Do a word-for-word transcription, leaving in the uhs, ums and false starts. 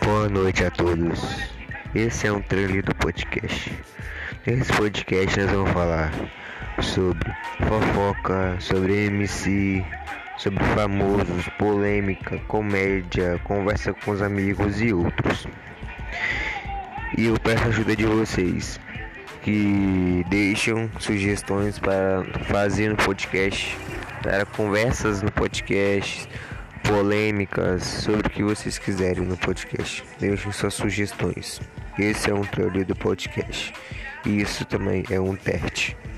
Boa noite a todos. Esse é um trailer do podcast. Nesse podcast nós vamos falar sobre fofoca, sobre M C, sobre famosos, polêmica, comédia, conversa com os amigos e outros. E eu peço a ajuda de vocês que deixam sugestões para fazer no podcast, para conversas no podcast, polêmicas, sobre o que vocês quiserem no podcast. Deixem suas sugestões. Esse é um trailer do podcast. E isso também é um teste.